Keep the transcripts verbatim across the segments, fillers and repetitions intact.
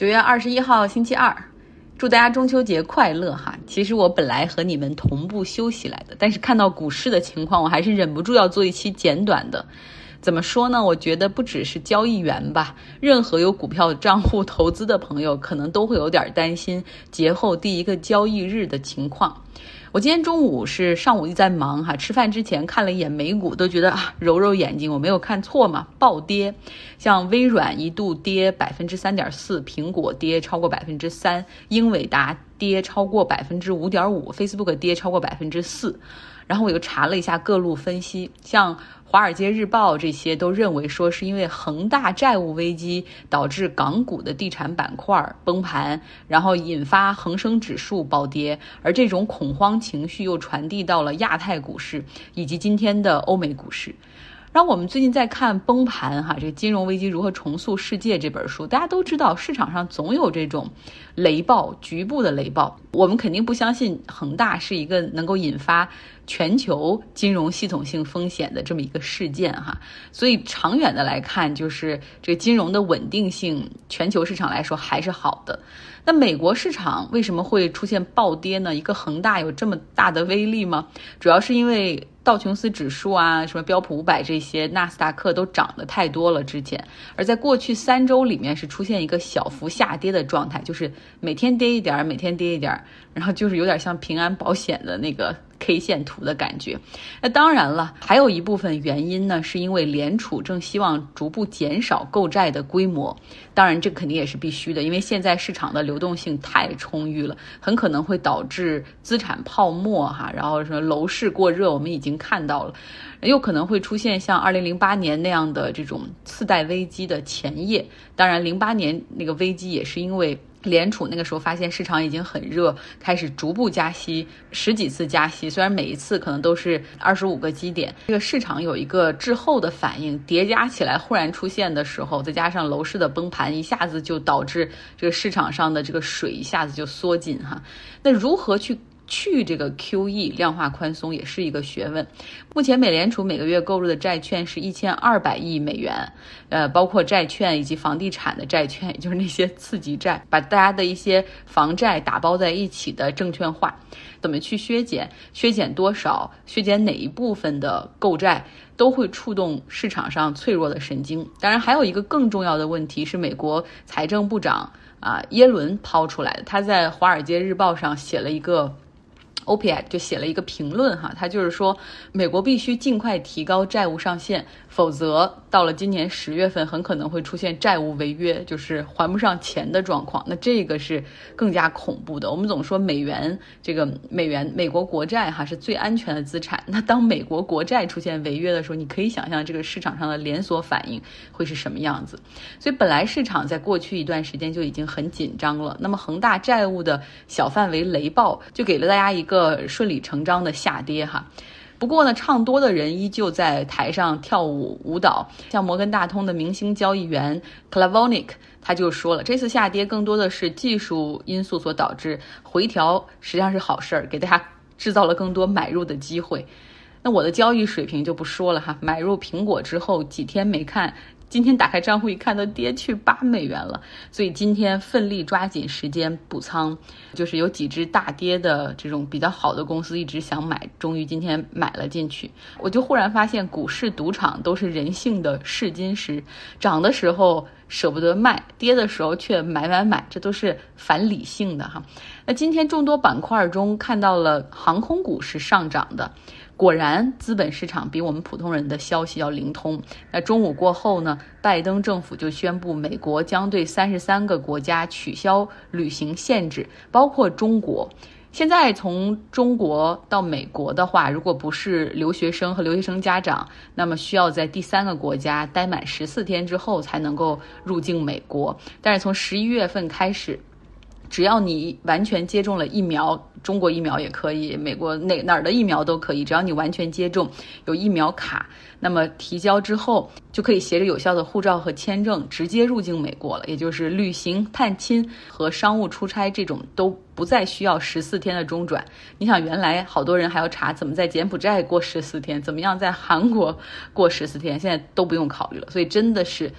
九月二十一号星期二，祝大家中秋节快乐哈！其实我本来和你们同步休息来的，但是看到股市的情况，我还是忍不住要做一期简短的。怎么说呢？我觉得不只是交易员吧，任何有股票账户投资的朋友，可能都会有点担心节后第一个交易日的情况。我今天中午是上午一直在忙哈，吃饭之前看了一眼美股，都觉得啊揉揉眼睛，我没有看错嘛，暴跌。像微软一度跌百分之三点四，苹果跌超过百分之三，英伟达跌超过百分之五点五 ，Facebook 跌超过百分之四。然后我又查了一下各路分析，像华尔街日报这些都认为说是因为恒大债务危机导致港股的地产板块崩盘，然后引发恒生指数暴跌，而这种恐慌情绪又传递到了亚太股市以及今天的欧美股市。然后我们最近在看《崩盘》哈，这个金融危机如何重塑世界这本书，大家都知道市场上总有这种雷暴，局部的雷暴。我们肯定不相信恒大是一个能够引发全球金融系统性风险的这么一个事件哈，所以长远的来看，就是这个金融的稳定性，全球市场来说还是好的。那美国市场为什么会出现暴跌呢？一个恒大有这么大的威力吗？主要是因为道琼斯指数啊，什么标普五百这些，纳斯达克都涨得太多了之前，而在过去三周里面是出现一个小幅下跌的状态，就是每天跌一点，每天跌一点，然后就是有点像平安保险的那个 K 线图的感觉。那当然了，还有一部分原因呢，是因为联储正希望逐步减少购债的规模。当然这肯定也是必须的，因为现在市场的流动性太充裕了，很可能会导致资产泡沫哈，然后什么楼市过热，我们已经看到了，又可能会出现像二零零八年那样的这种次贷危机的前夜。当然零八年那个危机也是因为联储那个时候发现市场已经很热，开始逐步加息，十几次加息，虽然每一次可能都是二十五个基点，这个市场有一个滞后的反应，叠加起来忽然出现的时候，再加上楼市的崩盘，一下子就导致这个市场上的这个水一下子就缩紧哈。那如何去去这个 Q E 量化宽松也是一个学问。目前美联储每个月购入的债券是一千二百亿美元，呃，包括债券以及房地产的债券，也就是那些次级债，把大家的一些房债打包在一起的证券化。怎么去削减？削减多少？削减哪一部分的购债？都会触动市场上脆弱的神经。当然还有一个更重要的问题是美国财政部长啊耶伦抛出来的，他在华尔街日报上写了一个O P E D 就写了一个评论哈，他就是说美国必须尽快提高债务上限，否则到了今年十月份很可能会出现债务违约，就是还不上钱的状况。那这个是更加恐怖的。我们总说美元这个美元美国国债哈是最安全的资产，那当美国国债出现违约的时候，你可以想象这个市场上的连锁反应会是什么样子。所以本来市场在过去一段时间就已经很紧张了，那么恒大债务的小范围雷暴就给了大家一个个顺理成章的下跌哈。不过呢，唱多的人依旧在台上跳舞舞蹈，像摩根大通的明星交易员 Klavonic 他就说了，这次下跌更多的是技术因素所导致，回调实际上是好事儿，给大家制造了更多买入的机会。那我的交易水平就不说了哈，买入苹果之后几天没看，今天打开账户一看都跌去八美元了，所以今天奋力抓紧时间补仓，就是有几只大跌的这种比较好的公司一直想买，终于今天买了进去。我就忽然发现股市赌场都是人性的试金石，涨的时候舍不得卖，跌的时候却买买买，这都是反理性的哈。那今天众多板块中看到了航空股是上涨的，果然资本市场比我们普通人的消息要灵通。那中午过后呢，拜登政府就宣布美国将对三十三个国家取消旅行限制，包括中国。现在从中国到美国的话，如果不是留学生和留学生家长，那么需要在第三个国家待满十四天之后才能够入境美国。但是从十一月份开始，只要你完全接种了疫苗，中国疫苗也可以，美国哪哪儿的疫苗都可以，只要你完全接种，有疫苗卡，那么提交之后就可以携着有效的护照和签证直接入境美国了。也就是旅行、探亲和商务出差这种都不再需要十四天的中转。你想，原来好多人还要查怎么在柬埔寨过十四天，怎么样在韩国过十四天，现在都不用考虑了。所以真的是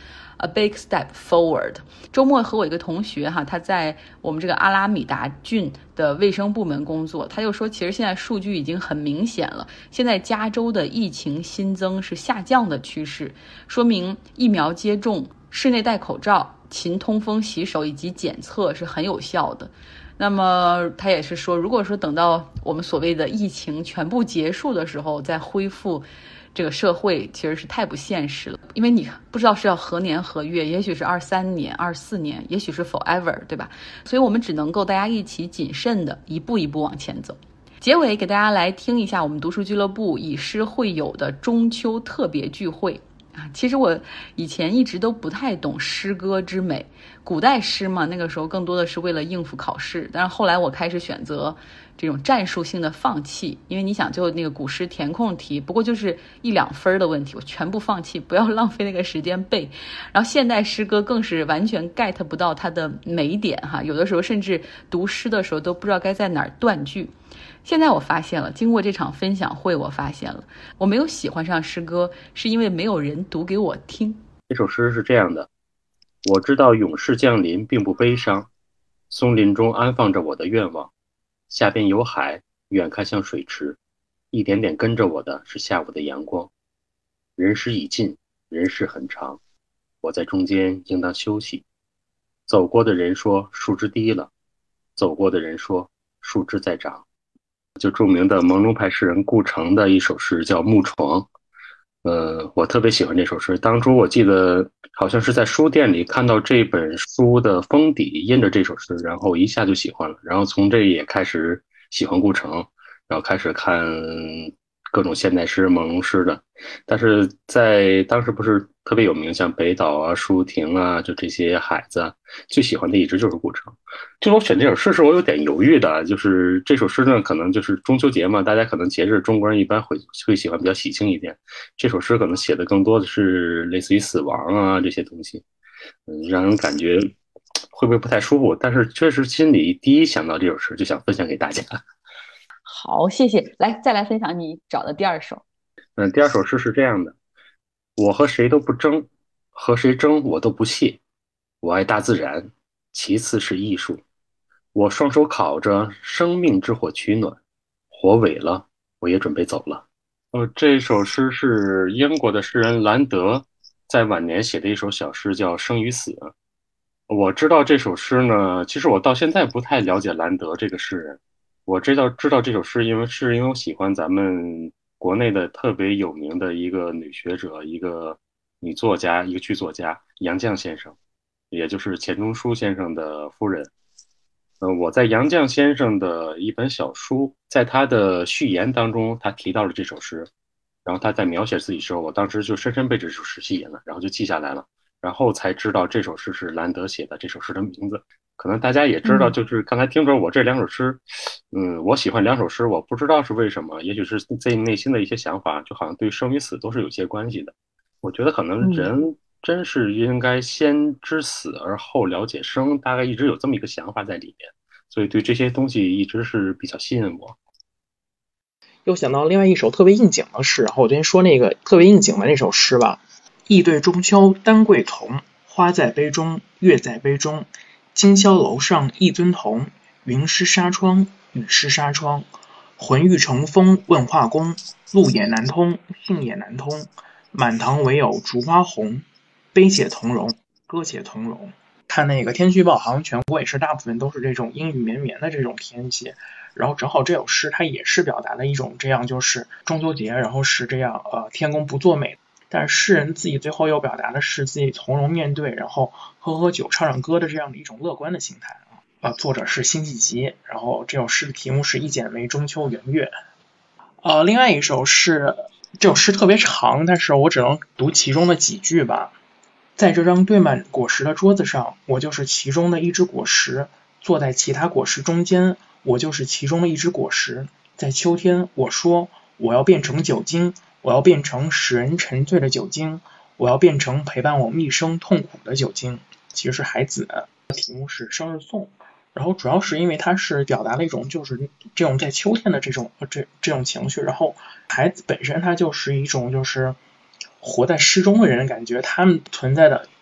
A Big Step Forward。 周末和我一个同学哈，他在我们这个阿拉米达郡的卫生部门工作，他就说其实现在数据已经很明显了，现在加州的疫情新增是下降的趋势，说明疫苗接种、室内戴口罩、勤通风洗手以及检测是很有效的。那么他也是说，如果说等到我们所谓的疫情全部结束的时候再恢复这个社会，其实是太不现实了，因为你不知道是要何年何月，也许是二三年、二四年，也许是 forever， 对吧？所以我们只能够大家一起谨慎的一步一步往前走。结尾给大家来听一下我们读书俱乐部以诗会友的中秋特别聚会啊，其实我以前一直都不太懂诗歌之美，古代诗嘛，那个时候更多的是为了应付考试，但是后来我开始选择这种战术性的放弃，因为你想就那个古诗填空题不过就是一两分的问题，我全部放弃，不要浪费那个时间背。然后现代诗歌更是完全 get 不到它的美点哈，有的时候甚至读诗的时候都不知道该在哪儿断句。现在我发现了，经过这场分享会，我发现了我没有喜欢上诗歌，是因为没有人读给我听。 这首诗是这样的：我知道勇士降临并不悲伤，松林中安放着我的愿望，下边有海，远看像水池，一点点跟着我的是下午的阳光。人时已尽，人世很长，我在中间应当休息。走过的人说树枝低了，走过的人说树枝在长。就著名的朦胧派诗人顾城的一首诗叫《木床》，呃，我特别喜欢这首诗。当初我记得好像是在书店里看到这本书的封底印着这首诗，然后一下就喜欢了，然后从这也开始喜欢顾城，然后开始看各种现代诗、朦胧诗的。但是在当时不是特别有名，像北岛啊、舒婷啊，就这些孩子，最喜欢的一直就是顾城。就我选这首诗时，我有点犹豫的，就是这首诗呢，可能就是中秋节嘛，大家可能节日中国人一般会会喜欢比较喜庆一点，这首诗可能写的更多的是类似于死亡啊这些东西，嗯，让人感觉会不会不太舒服？但是确实心里第一想到这首诗，就想分享给大家。 好，谢谢。来，再来分享你找的第二首。 嗯，第二首诗是这样的：我和谁都不争，和谁争我都不屑。我爱大自然，其次是艺术。我双手烤着生命之火取暖，火萎了，我也准备走了。呃，这首诗是英国的诗人兰德在晚年写的一首小诗，叫《生与死》。我知道这首诗呢，其实我到现在不太了解兰德这个诗人。我知道知道这首诗，因为是因为我喜欢咱们国内的特别有名的一个女学者，一个女作家，一个剧作家杨绛先生，也就是钱钟书先生的夫人。呃，我在杨绛先生的一本小书，在他的序言当中，他提到了这首诗，然后他在描写自己时候，我当时就深深被这首诗吸引了，然后就记下来了，然后才知道这首诗是兰德写的，这首诗的名字。可能大家也知道，就是刚才听着我这两首诗，嗯，我喜欢两首诗，我不知道是为什么，也许是自己内心的一些想法，就好像对生与死都是有些关系的。我觉得可能人真是应该先知死而后了解生，大概一直有这么一个想法在里面，所以对这些东西一直是比较吸引我。 又想到另外一首特别应景的诗，然后我昨天说那个特别应景的那首诗吧，忆对中秋丹桂同，花在杯中，月在杯中，今宵楼上一尊铜，云湿纱窗，雨湿纱窗，魂欲乘风问画工，路也难通，信也难通，满堂唯有烛花红，杯且同融，歌且同融。看那个天气预报，好像全国也是大部分都是这种阴雨绵绵的这种天气，然后正好这首诗它也是表达了一种这样就是中秋节，然后是这样呃天公不作美，但是诗人自己最后又表达的是自己从容面对，然后喝喝酒唱唱歌的这样的一种乐观的心态啊。呃，作者是辛弃疾，然后这首诗的题目是一剪梅中秋圆月。呃，另外一首是这首诗特别长，但是我只能读其中的几句吧。在这张堆满果实的桌子上，我就是其中的一只果实，坐在其他果实中间，我就是其中的一只果实。在秋天，我说我要变成酒精，我要变成使人沉醉的酒精，我要变成陪伴我们一生痛苦的酒精。其实是海子，题目是生日颂，然后主要是因为它是表达了一种就是这种在秋天的这种这这种情绪，然后海子本身它就是一种就是活在诗中的人，感觉他们存在的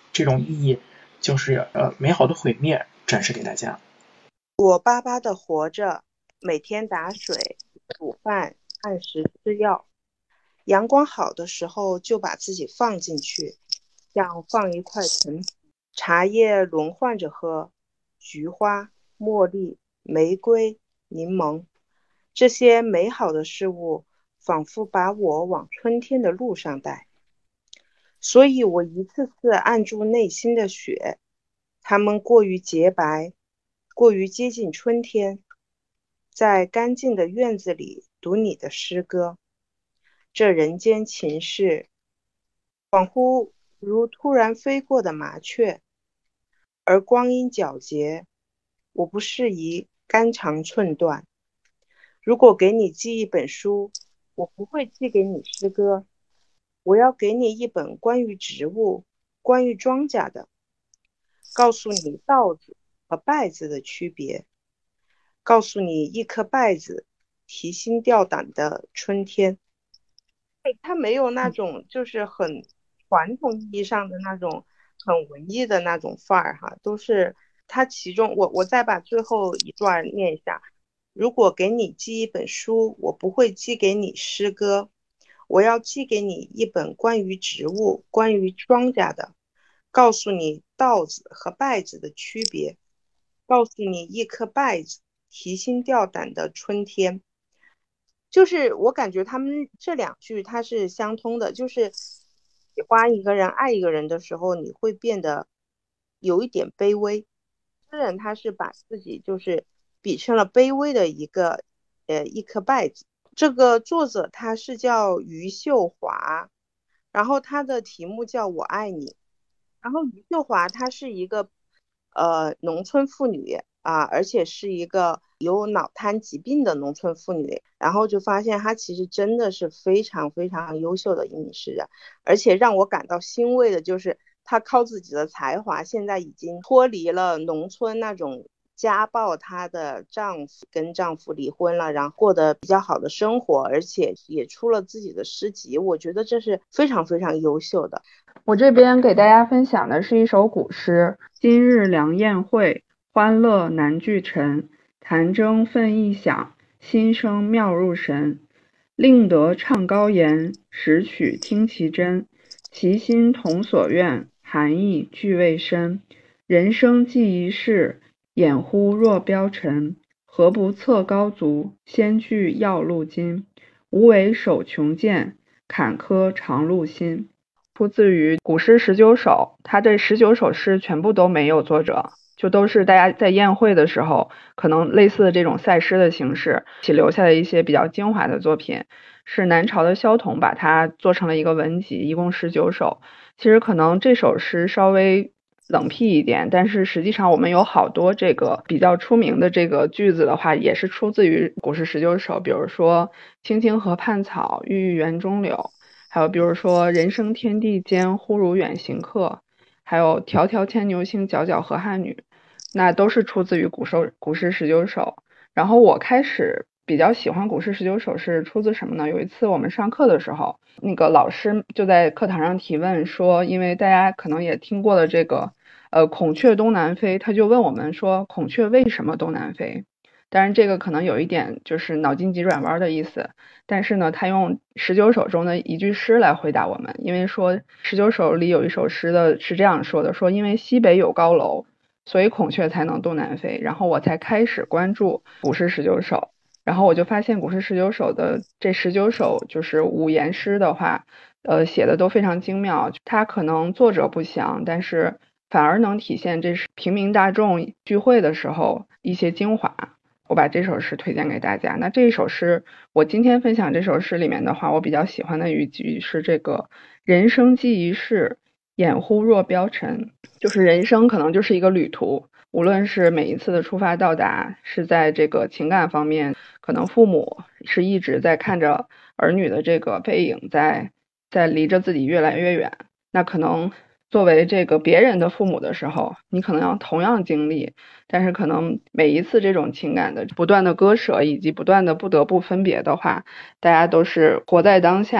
这种意义就是呃美好的毁灭展示给大家。 我巴巴的活着，每天打水、煮饭、按时吃药。阳光好的时候就把自己放进去，像放一块陈皮。茶叶轮换着喝，菊花、茉莉、玫瑰、柠檬，这些美好的事物仿佛把我往春天的路上带。所以我一次次按住内心的雪，它们过于洁白，过于接近春天。在干净的院子里读你的诗歌，这人间情事，恍惚如突然飞过的麻雀，而光阴皎洁，我不适宜肝肠寸断。如果给你寄一本书，我不会寄给你诗歌，我要给你一本关于植物、关于庄稼的，告诉你稻子和稗子的区别，告诉你一颗稗子提心吊胆的春天。它没有那种就是很传统意义上的那种很文艺的那种范儿哈，都是它其中我我再把最后一段念一下。如果给你寄一本书，我不会寄给你诗歌，我要寄给你一本关于植物、关于庄稼的，告诉你稻子和稗子的区别，告诉你一颗稗子提心吊胆的春天。就是我感觉他们这两句它是相通的，就是喜欢一个人、爱一个人的时候，你会变得有一点卑微。诗人他是把自己就是比成了卑微的一个呃一颗稗子。这个作者他是叫余秀华，然后他的题目叫我爱你。然后余秀华她是一个呃农村妇女啊，而且是一个有脑瘫疾病的农村妇女，然后就发现她其实真的是非常非常优秀的一名诗人，而且让我感到欣慰的就是她靠自己的才华，现在已经脱离了农村那种家暴她的丈夫，跟丈夫离婚了，然后过得比较好的生活，而且也出了自己的诗集，我觉得这是非常非常优秀的。 我这边给大家分享的是一首古诗：今日良宴会，欢乐难俱陈。弹筝奋意响，心声妙入神。令得唱高言，识曲听其真。其心同所愿，含义俱未深。人生寄一世，掩乎若标尘。何不策高足，先具要路金。无为手穷剑，坎坷长路新。出自于古诗十九首，它这十九首诗全部都没有作者，就都是大家在宴会的时候可能类似的这种赛诗的形式一起留下的一些比较精华的作品，是南朝的萧统把它做成了一个文集，一共十九首。其实可能这首诗稍微冷僻一点，但是实际上我们有好多这个比较出名的这个句子的话也是出自于古诗十九首，比如说青青河畔草，郁郁园中柳，还有比如说人生天地间，忽如远行客，还有迢迢牵牛星，皎皎河汉女，那都是出自于古首古诗十九首。然后我开始比较喜欢古诗十九首是出自什么呢？有一次我们上课的时候，那个老师就在课堂上提问说，因为大家可能也听过了这个呃孔雀东南飞，他就问我们说孔雀为什么东南飞？当然这个可能有一点就是脑筋急转弯的意思，但是呢他用十九首中的一句诗来回答我们，因为说十九首里有一首诗的是这样说的，说因为西北有高楼，所以孔雀才能东南飞。然后我才开始关注古诗十九首，然后我就发现古诗十九首的这十九首就是五言诗的话呃，写的都非常精妙，它可能作者不详，但是反而能体现这是平民大众聚会的时候一些精华。我把这首诗推荐给大家。那这一首诗，我今天分享这首诗里面的话，我比较喜欢的语句是这个人生寄一世，掩乎若标尘。就是人生可能就是一个旅途，无论是每一次的出发到达，是在这个情感方面，可能父母是一直在看着儿女的这个背影在在离着自己越来越远，那可能作为这个别人的父母的时候，你可能要同样经历，但是可能每一次这种情感的不断的割舍以及不断的不得不分别的话，大家都是活在当下，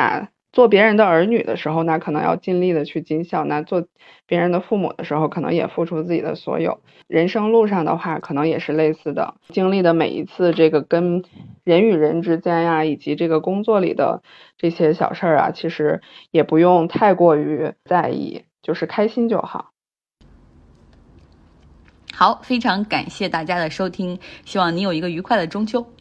做别人的儿女的时候，那可能要尽力的去尽孝，那做别人的父母的时候，可能也付出自己的所有。人生路上的话，可能也是类似的，经历的每一次这个跟人与人之间呀，以及这个工作里的这些小事儿啊，其实也不用太过于在意，就是开心就好。 好，非常感谢大家的收听，希望你有一个愉快的中秋。